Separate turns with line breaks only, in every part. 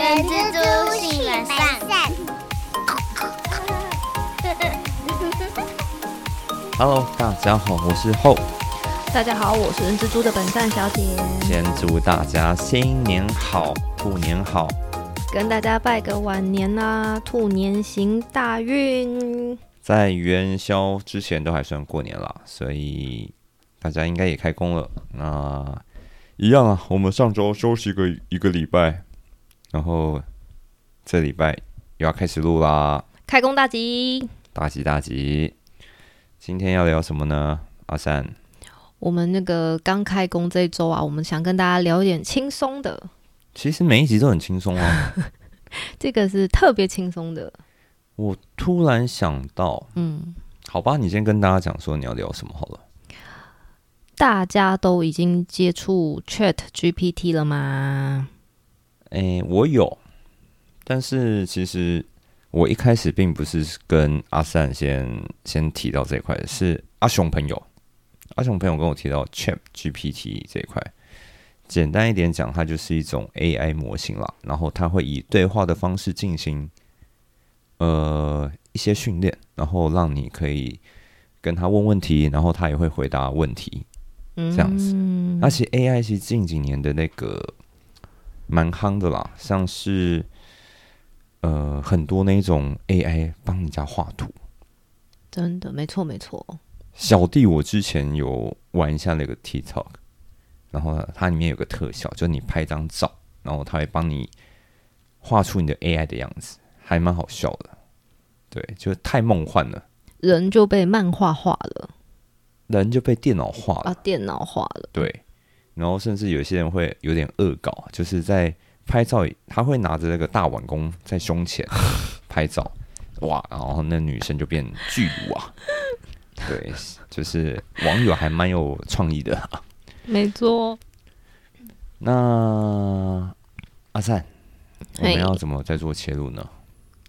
人蜘蛛性本善。
Hello， 大家好，我是后。
大家好，我是人蜘蛛的本善小姐。
先祝大家新年好，兔年好，
跟大家拜个晚年啦，兔年行大运。
在元宵之前都还算过年啦，所以大家应该也开工了。那一样啊，我们上周休息一个礼拜，然后这礼拜又要开始录啦，
开工大吉，
大吉大吉！今天要聊什么呢？阿善，
我们那个刚开工这一周啊，我们想跟大家聊一点轻松的。
其实每一集都很轻松啊，
这个是特别轻松的。
我突然想到，好吧，你先跟大家讲说你要聊什么好了。
大家都已经接触 ChatGPT 了吗？
我有，但是其实我一开始并不是跟阿善先提到这一块的，是阿雄朋友跟我提到 ChatGPT 这一块。简单一点讲，它就是一种 AI 模型啦，然后它会以对话的方式进行一些训练，然后让你可以跟他问问题，然后他也会回答问题，这样子。而且 AI 其实近几年的那个蛮夯的啦，像是很多那种 AI 帮人家画图，
真的没错没错。
小弟我之前有玩一下那个 TikTok， 然后它里面有个特效，就是你拍张照，然后它会帮你画出你的 AI 的样子，还蛮好笑的。对，就太梦幻了，
人就被漫画化了，
人就被电脑化了
电脑化了。
对，然后甚至有些人会有点恶搞，就是在拍照，他会拿着那个大碗公在胸前拍照，哇，然后那女生就变巨乳啊。对，就是网友还蛮有创意的啊。
没错。
那阿善，我们要怎么再做切入呢？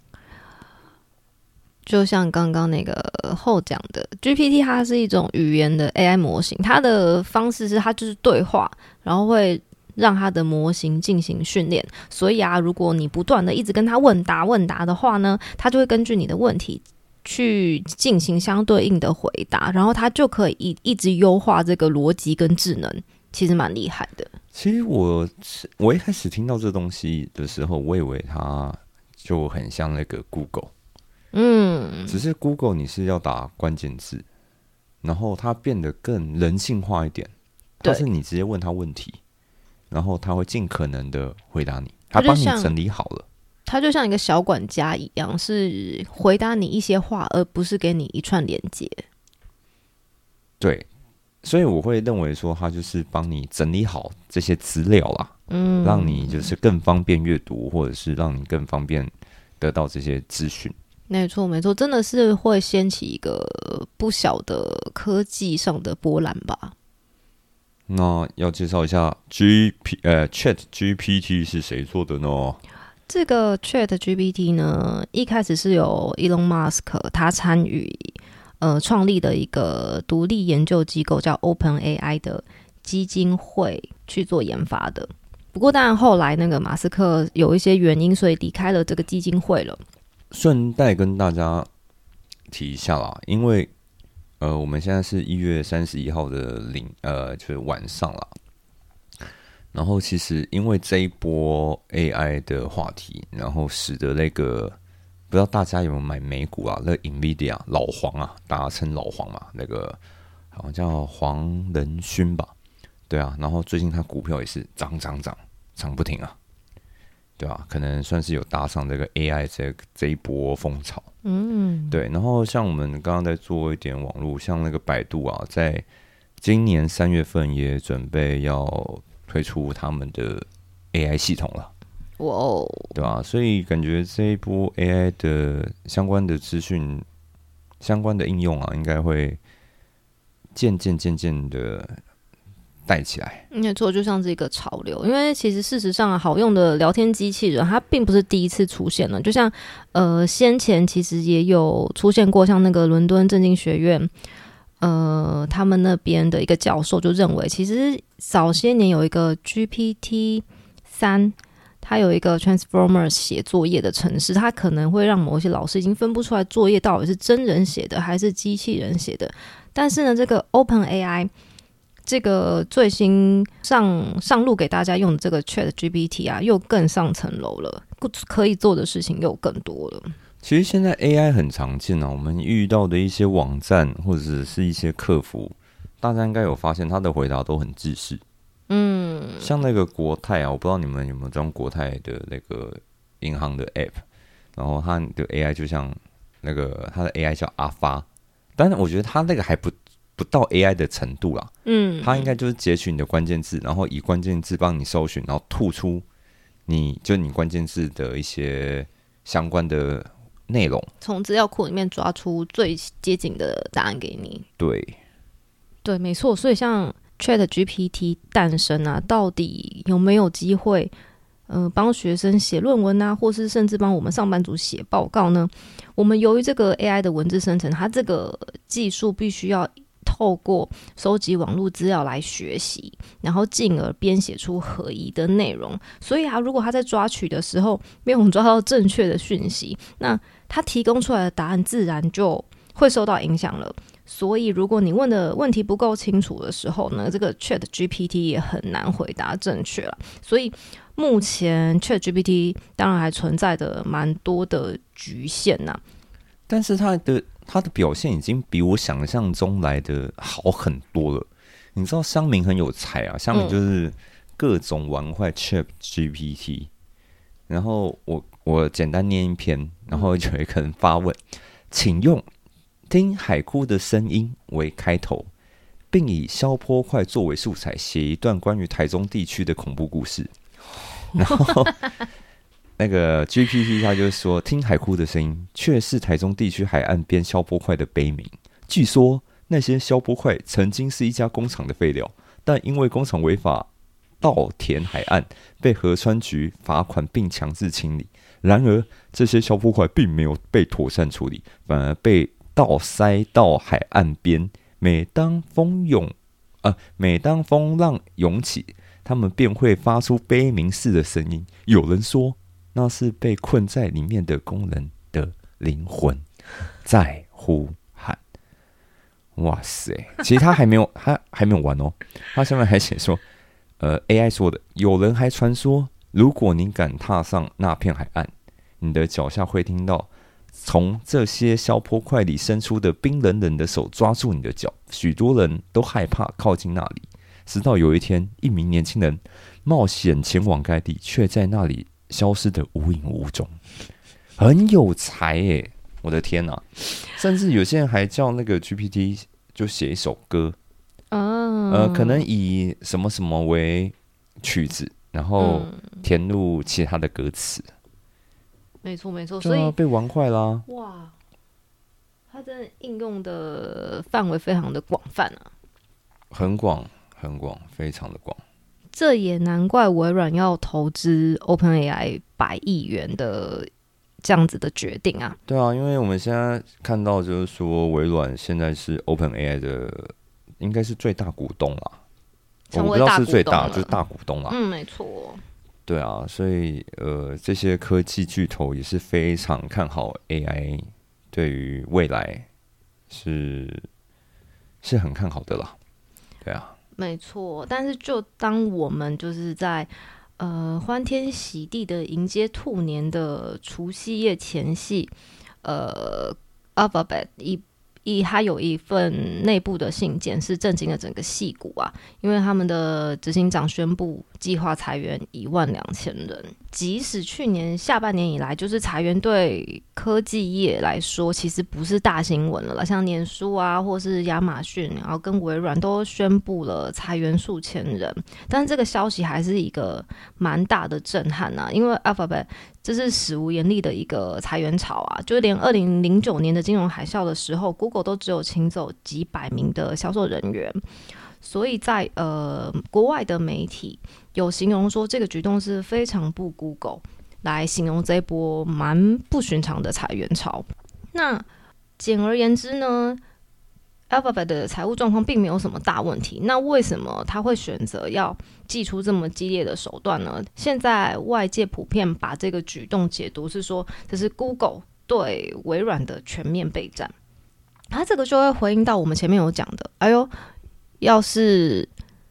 就像刚刚那个后讲的 GPT 它是一种语言的 AI 模型，它的方式是它就是对话，然后会让它的模型进行训练。所以啊，如果你不断的一直跟它问答的话呢，它就会根据你的问题去进行相对应的回答，然后它就可以一直优化这个逻辑跟智能，其实蛮厉害的。
其实我一开始听到这东西的时候，我以为它就很像那个 Google，只是 Google 你是要打关键字，然后它变得更人性化一点，但是你直接问他问题，然后他会尽可能的回答你，他帮你整理好了。
它就像一个小管家一样，是回答你一些话，而不是给你一串连接。
对，所以我会认为说，它就是帮你整理好这些资料啦，让你就是更方便阅读，或者是让你更方便得到这些资讯。
没错没错，真的是会掀起一个不小的科技上的波澜吧。
那要介绍一下 ChatGPT 是谁做的呢？
这个 ChatGPT 呢，一开始是由 Elon Musk 他参与创立的一个独立研究机构叫 OpenAI 的基金会去做研发的。不过当然后来那个马斯克有一些原因，所以离开了这个基金会了。
顺带跟大家提一下啦，因为我们现在是1月31号的就是晚上啦。然后其实因为这一波 AI 的话题，然后使得那个不知道大家有没有买美股啊？那 NVIDIA 老黄啊，大家称老黄嘛，那个好像叫黄仁勋吧？对啊，然后最近他股票也是涨不停啊，对啊，可能算是有搭上这个 AI 这一波风潮。对。然后像我们刚刚在做一点网络，像那个百度啊，在今年3月份也准备要推出他们的 AI 系统了，
哇哦，
对吧？所以感觉这一波 AI 的相关的资讯、相关的应用啊，应该会渐渐的带起来。
没错，就像是一个潮流。因为其实事实上好用的聊天机器人，它并不是第一次出现了。就像先前其实也有出现过，像那个伦敦政经学院。他们那边的一个教授就认为，其实早些年有一个 GPT-3， 它有一个 Transformer 写作业的程式，它可能会让某些老师已经分不出来作业到底是真人写的还是机器人写的。但是呢，这个 OpenAI 这个最新上路给大家用的这个 ChatGPT 啊，又更上层楼了，可以做的事情又更多了。
其实现在 AI 很常见啊，我们遇到的一些网站或者是一些客服，大家应该有发现他的回答都很制式。像那个国泰啊，我不知道你们有没有装国泰的那个银行的 App， 然后它的 AI 就像那个它的 AI 叫阿发，但是我觉得它那个还不到 AI 的程度啦。它应该就是截取你的关键字，然后以关键字帮你搜寻，然后吐出你关键字的一些相关的内容，
从资料库里面抓出最接近的答案给你。
对，
没错。所以像 ChatGPT 诞生啊，到底有没有机会帮学生写论文啊，或是甚至帮我们上班族写报告呢？我们由于这个 AI 的文字生成，它这个技术必须要透过收集网络资料来学习，然后进而编写出合宜的内容。所以啊，如果他在抓取的时候没有抓到正确的讯息，那他提供出来的答案自然就会受到影响了。所以如果你问的问题不够清楚的时候呢，这个 ChatGPT 也很难回答正确了。所以目前 ChatGPT 当然还存在着蛮多的局限啊，
但是它的表现已经比我想象中来的好很多了。你知道乡民很有才啊，乡民就是各种玩坏 ChatGPT，然后我简单念一篇，然后就有一个人发问，请用听海哭的声音为开头，并以消波块作为素材，写一段关于台中地区的恐怖故事。然后那个 GPT 他就说，听海哭的声音却是台中地区海岸边消波块的悲鸣。据说那些消波块曾经是一家工厂的废料，但因为工厂违法盗填海岸，被河川局罚款并强制清理。然而这些消波块并没有被妥善处理，反而被倒塞到海岸边。每当风浪涌起，他们便会发出悲鸣似的声音。有人说，那是被困在里面的工人的灵魂在呼喊。哇塞！其实他还没有完哦。他下面还写说，AI 说的，有人还传说，如果你敢踏上那片海岸，你的脚下会听到从这些消波块里伸出的冰冷冷的手抓住你的脚。许多人都害怕靠近那里，直到有一天，一名年轻人冒险前往该地，却在那里消失的无影无踪。很有才耶！我的天哪！甚至有些人还叫那个 GPT 就写一首歌，可能以什么什么为曲子，然后填入其他的歌词。
没错，所以
被玩坏啦！
哇，它真的应用的范围非常的广泛啊，
很广，非常的广。
这也难怪微软要投资 OpenAI 100亿元的这样子的决定啊。
对啊，因为我们现在看到就是说，微软现在是 OpenAI 的应该是最大股东啦。我不知道是最大，就是大股东啦。
没错。
对啊，所以这些科技巨头也是非常看好 AI， 对于未来是很看好的啦。对啊，
没错。但是就当我们就是在欢天喜地的迎接兔年的除夕夜前夕，Alphabet 它有一份内部的信件是震惊了整个矽谷啊，因为他们的执行长宣布计划裁员12000人。即使去年下半年以来，就是裁员对科技业来说其实不是大新闻了啦，像脸书啊或是亚马逊，然后跟微软都宣布了裁员数千人。但是这个消息还是一个蛮大的震撼啊，因为 Alphabet 这是史无前例的一个裁员潮啊，就是连2009年的金融海啸的时候 Google 都只有请走几百名的销售人员。所以在国外的媒体有形容说，这个举动是非常不 Google 来形容这一波蛮不寻常的裁员潮。那简而言之呢 Alphabet 的财务状况并没有什么大问题，那为什么他会选择要祭出这么激烈的手段呢？现在外界普遍把这个举动解读是说，这是 Google 对微软的全面备战。它这个就会回应到我们前面有讲的，要是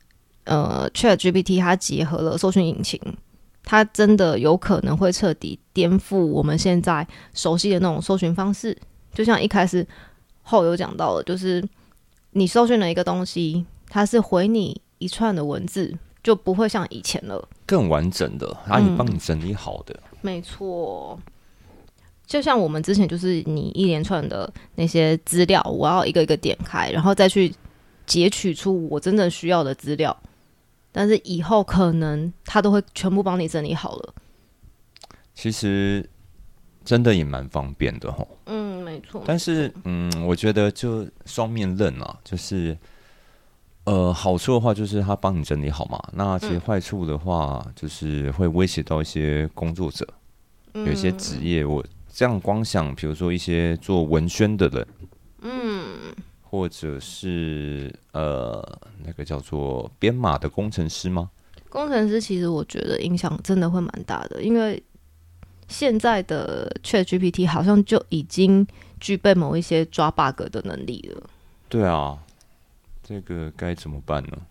ChatGPT 它结合了搜寻引擎，它真的有可能会彻底颠覆我们现在熟悉的那种搜寻方式。就像一开始后有讲到的，就是你搜寻了一个东西，它是回你一串的文字，就不会像以前了，
更完整的，帮你整理好的。
没错。就像我们之前就是你一连串的那些资料，我要一个一个点开，然后再去截取出我真正需要的资料，但是以后可能它都会全部帮你整理好了。
其实真的也蛮方便的吼。
没错。
但是我觉得就双面刃啊，就是好处的话就是它帮你整理好嘛，那其实坏处的话就是会威胁到一些工作者，有一些职业我这样光想，比如说一些做文宣的人，或者是那个叫做编码的工程师吗？
工程师其实我觉得影响真的会蛮大的，因为现在的 ChatGPT 好像就已经具备某一些抓 bug 的能力了。
对啊，这个该怎么办呢？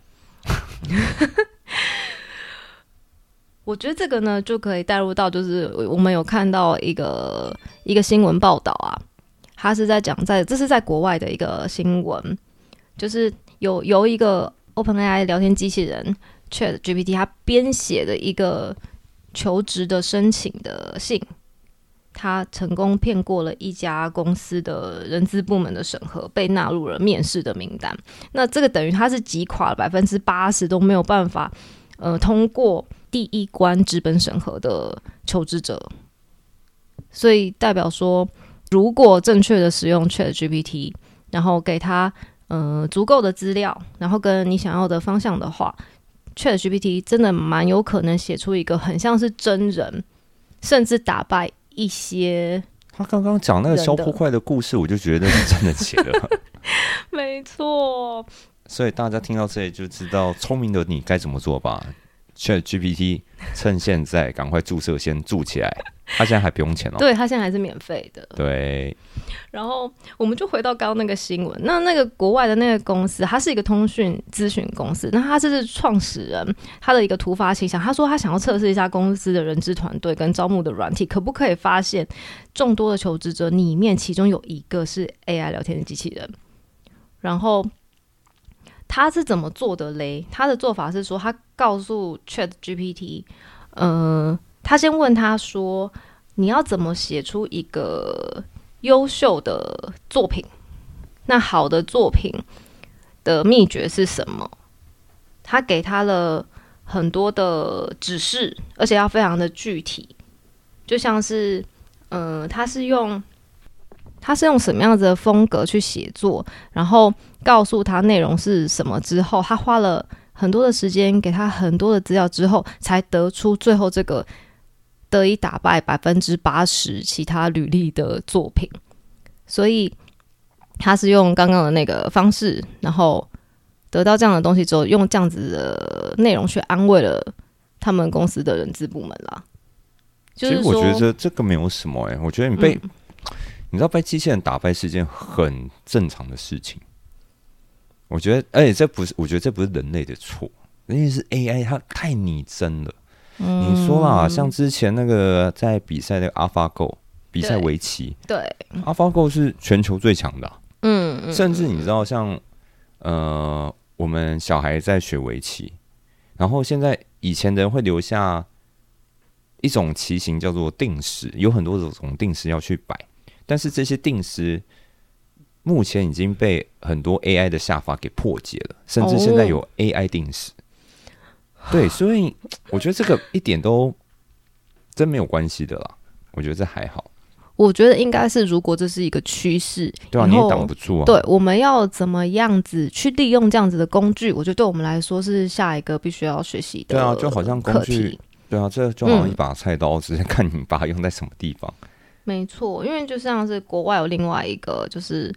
我觉得这个呢，就可以带入到，就是我们有看到一个新闻报道啊，他是在讲这是在国外的一个新闻，就是由一个 OpenAI 聊天机器人 ChatGPT 他编写的一个求职的申请的信，他成功骗过了一家公司的人资部门的审核，被纳入了面试的名单。那这个等于他是击垮了80%都没有办法通过第一关资本审核的求职者。所以代表说，如果正确的使用 ChatGPT， 然后给他足够的资料，然后跟你想要的方向的话， ChatGPT 真的蛮有可能写出一个很像是真人，甚至打败一些。
他刚刚讲那个消波块的故事，我就觉得是真的写的。
没错。
所以大家听到这里就知道，聪明的你该怎么做吧。ChatGPT 趁现在赶快注册，先注起来。他现在还不用钱哦。
对，他现在还是免费的。
对。
然后我们就回到刚刚那个新闻，那个国外的那个公司，它是一个通讯咨询公司，那他这是创始人他的一个突发奇想，他说他想要测试一下公司的人资团队跟招募的软体，可不可以发现众多的求职者里面，其中有一个是 AI 聊天的机器人。然后他是怎么做的嘞？他的做法是说，他告诉 ChatGPT，他先问他说，你要怎么写出一个优秀的作品？那好的作品的秘诀是什么？他给他了很多的指示，而且要非常的具体，就像是他是用什么样子的风格去写作，然后告诉他内容是什么之后，他花了很多的时间，给他很多的资料之后，才得出最后这个得以打败80%其他履历的作品。所以他是用刚刚的那个方式，然后得到这样的东西之后，用这样子的内容去安慰了他们公司的人资部门啦。就是说，
其实我觉得这个没有什么我觉得你知道被机器人打败是一件很正常的事情。我觉得，而且我觉得这不是人类的错，因为是 AI 它太拟真了。你说啦，像之前那个在比赛那个 AlphaGo 比赛围棋，
对
AlphaGo 是全球最强的甚至你知道像我们小孩在学围棋，然后现在以前的人会留下一种棋形叫做定时，有很多种定时要去摆。但是这些定时目前已经被很多 AI 的下法给破解了，甚至现在有 AI 定时。对，所以我觉得这个一点都真没有关系的啦。我觉得这还好。
我觉得应该是，如果这是一个趋势，
对啊，你也挡不住啊。
对，我们要怎么样子去利用这样子的工具？我觉得对我们来说是下一个必须要学习的。
对啊，就好像工具，对啊，这就好像一把菜刀，直接看你把它用在什么地方。
没错，因为就像是国外有另外一个，就是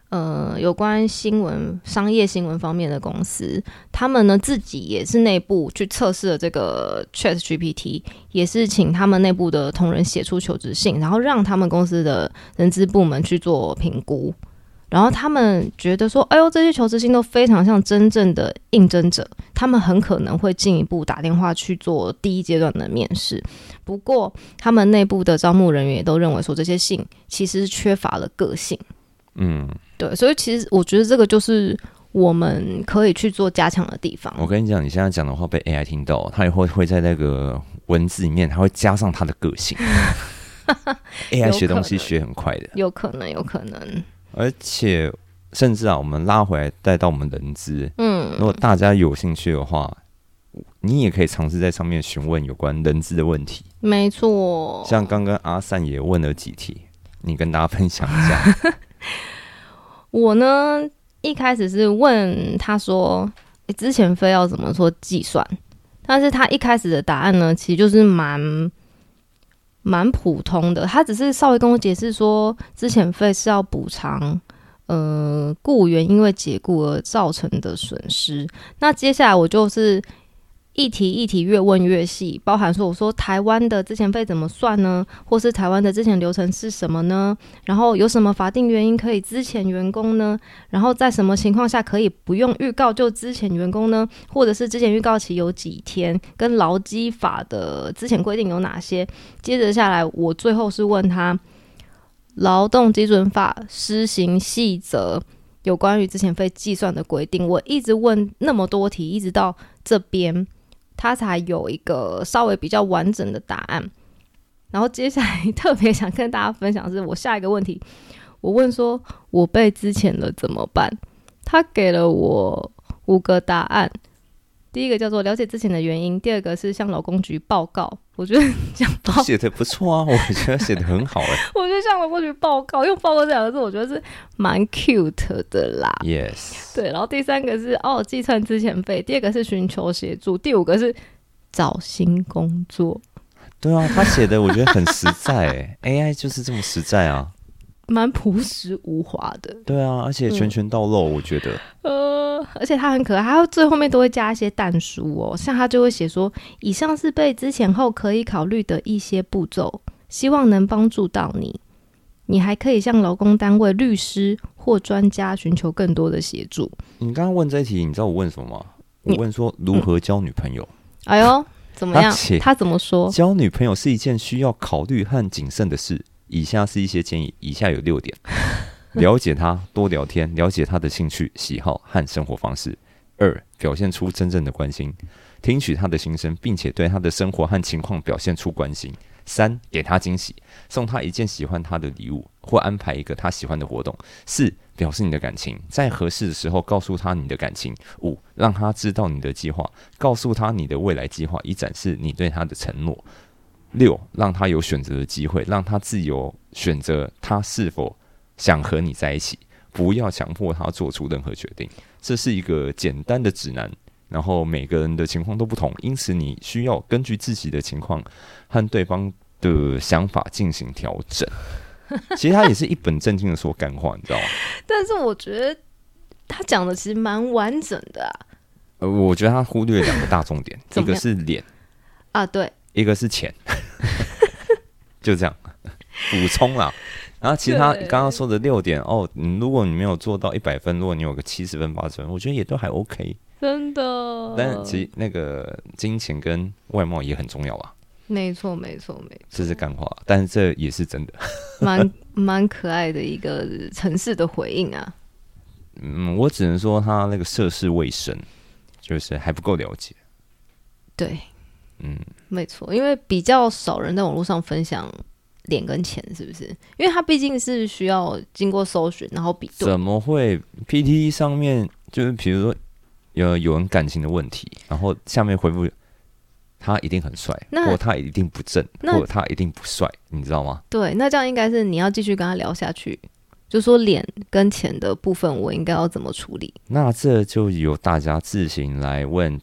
有关新闻、商业新闻方面的公司，他们呢自己也是内部去测试了这个 ChatGPT， 也是请他们内部的同仁写出求职信，然后让他们公司的人资部门去做评估。然后他们觉得说，哎呦，这些求职信都非常像真正的应征者，他们很可能会进一步打电话去做第一阶段的面试。不过，他们内部的招募人员也都认为说，这些信其实缺乏了个性。对，所以其实我觉得这个就是我们可以去做加强的地方。
我跟你讲，你现在讲的话被 AI 听到，它也会在那个文字里面，它会加上它的个性。AI 学东西学很快的，
有可能。
而且甚至我们拉回来带到我们人资，如果大家有兴趣的话，你也可以尝试在上面询问有关人资的问题。
没错，
像刚刚阿善也问了几题，你跟大家分享一下。
我呢一开始是问他说，之前费要怎么说计算？但是他一开始的答案呢，其实就是蛮普通的，他只是稍微跟我解释说，资遣费是要补偿雇员因为解雇而造成的损失。那接下来我就是一题越问越细，包含说我说台湾的资遣费怎么算呢？或是台湾的资遣流程是什么呢？然后有什么法定原因可以资遣员工呢？然后在什么情况下可以不用预告就资遣员工呢？或者是资遣预告期有几天？跟劳基法的资遣规定有哪些？接着下来，我最后是问他劳动基准法施行细则有关于资遣费计算的规定。我一直问那么多题，一直到这边他才有一个稍微比较完整的答案。然后接下来特别想跟大家分享的是我下一个问题，我问说我被资遣了怎么办？他给了我5个答案。第一个叫做了解资遣的原因，第二个是向劳工局报告。我觉得讲
写的不错啊，我觉得写的很好
我觉得向劳工局报告，用报告这2个字，我觉得是蛮 cute 的啦。
Yes，
对。然后第3个是计算资遣费，第2个是寻求协助，第5个是找新工作。
对啊，他写的我觉得很实在AI 就是这么实在啊，
蛮朴实无华的。
对啊，而且拳到肉，我觉得。
而且他很可爱，他最后面都会加一些但书哦，像他就会写说，以上是被资遣后可以考虑的一些步骤，希望能帮助到你。你还可以向劳工单位、律师或专家寻求更多的协助。你
刚刚问这一题，你知道我问什么吗？我问说如何交女朋友。
哎呦，怎么样？他怎么说？
交女朋友是一件需要考虑和谨慎的事。以下是一些建议，以下有6点：了解他，多聊天，了解他的兴趣、喜好和生活方式。2. 表现出真正的关心，听取他的心声，并且对他的生活和情况表现出关心。3. 给他惊喜，送他一件喜欢他的礼物，或安排一个他喜欢的活动。4. 表示你的感情，在合适的时候告诉他你的感情。5. 让他知道你的计划，告诉他你的未来计划，以展示你对他的承诺。6. 让他有选择的机会，让他自由选择他是否想和你在一起，不要强迫他做出任何决定。这是一个简单的指南，然后每个人的情况都不同，因此你需要根据自己的情况和对方的想法进行调整。其实他也是一本正经的说干话，你知道吗？
但是我觉得他讲的其实蛮完整的啊。
我觉得他忽略2个大重点，一个是脸
啊，对，
一个是钱，就这样补充啦。然后其他刚刚说的6点如果你没有做到100分，如果你有个70分80分，我觉得也都还 OK，
真的。
但其实那个金钱跟外貌也很重要啦。
没错，
这是干话，但是这也是真的，
蛮可爱的一个城市的回应啊。
我只能说他那个涉世未深，就是还不够了解。
对，没错，因为比较少人在网络上分享脸跟钱，是不是？因为它毕竟是需要经过搜寻，然后比对。
怎么会 PTT 上面就是比如说有人感情的问题，然后下面回复他一定很帅，或他一定不正，或他一定不帅，你知道吗？对，
那这样应该是你要继续跟他聊下去，就说脸跟钱的部分我应该要怎么处理。
那这就由大家自行来问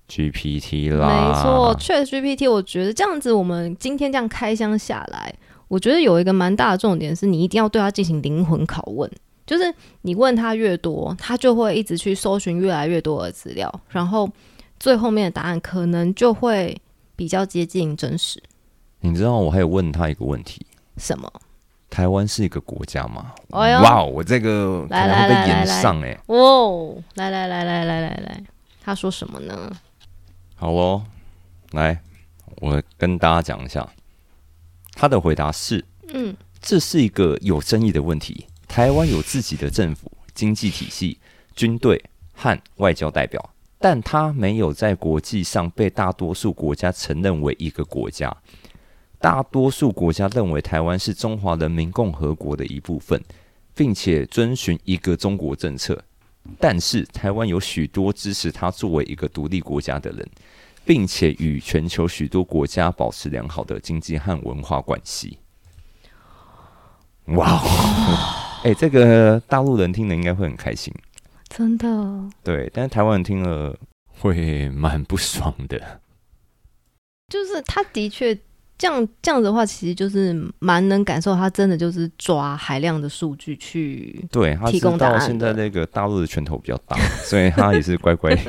ChatGPT 啦。
没错， ChatGPT 我觉得这样子我们今天这样开箱下来，我觉得有一个蛮大的重点是你一定要对他进行灵魂拷问， 就是你问他越多，他就会一直去搜寻越来越多的资料，然后最后面的答案可能就会比较接近真实。
你知道我还有问他一个问题，
什么？
台湾是一个国家吗？
哎呦
哇，我这个可能会被延上哎。
哦，来，他说什么呢？
好哦，来，我跟大家讲一下，他的回答是：这是一个有争议的问题。台湾有自己的政府、经济体系、军队和外交代表，但它没有在国际上被大多数国家承认为一个国家。大多数国家认为台湾是中华人民共和国的一部分，并且遵循一个中国政策。但是台湾有许多支持它作为一个独立国家的人，并且与全球许多国家保持良好的经济和文化关系。哇，这个大陆人听了应该会很开心，
真的。
对，但是台湾人听了会蛮不爽的。
就是他的确这样子的话，其实就是蛮能感受他真的就是抓海量的数据去
对他知道现在那个大陆的拳头比较大，所以他也是乖乖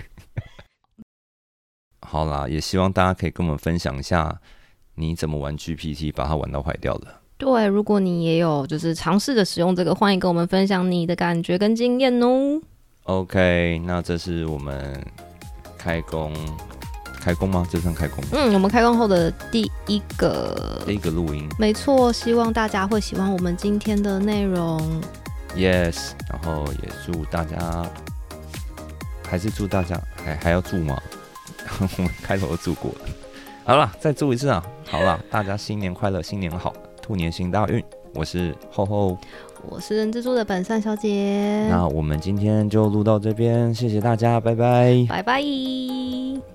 好啦，也希望大家可以跟我们分享一下你怎么玩 GPT 把它玩到坏掉的。
对，如果你也有就是尝试的使用这个，欢迎跟我们分享你的感觉跟经验哦。
OK， 那这是我们开工吗？这算开工吗？
我们开工后的第一个
录音，
没错。希望大家会喜欢我们今天的内容。
Yes， 然后也祝大家，还是祝大家还要祝吗？我们开头都祝过了。好了，再祝一次啊！好了，大家新年快乐，新年好，兔年行大运。我是厚厚，
我是人蜘蛛的本善小姐。
那我们今天就录到这边，谢谢大家，拜拜，
拜拜。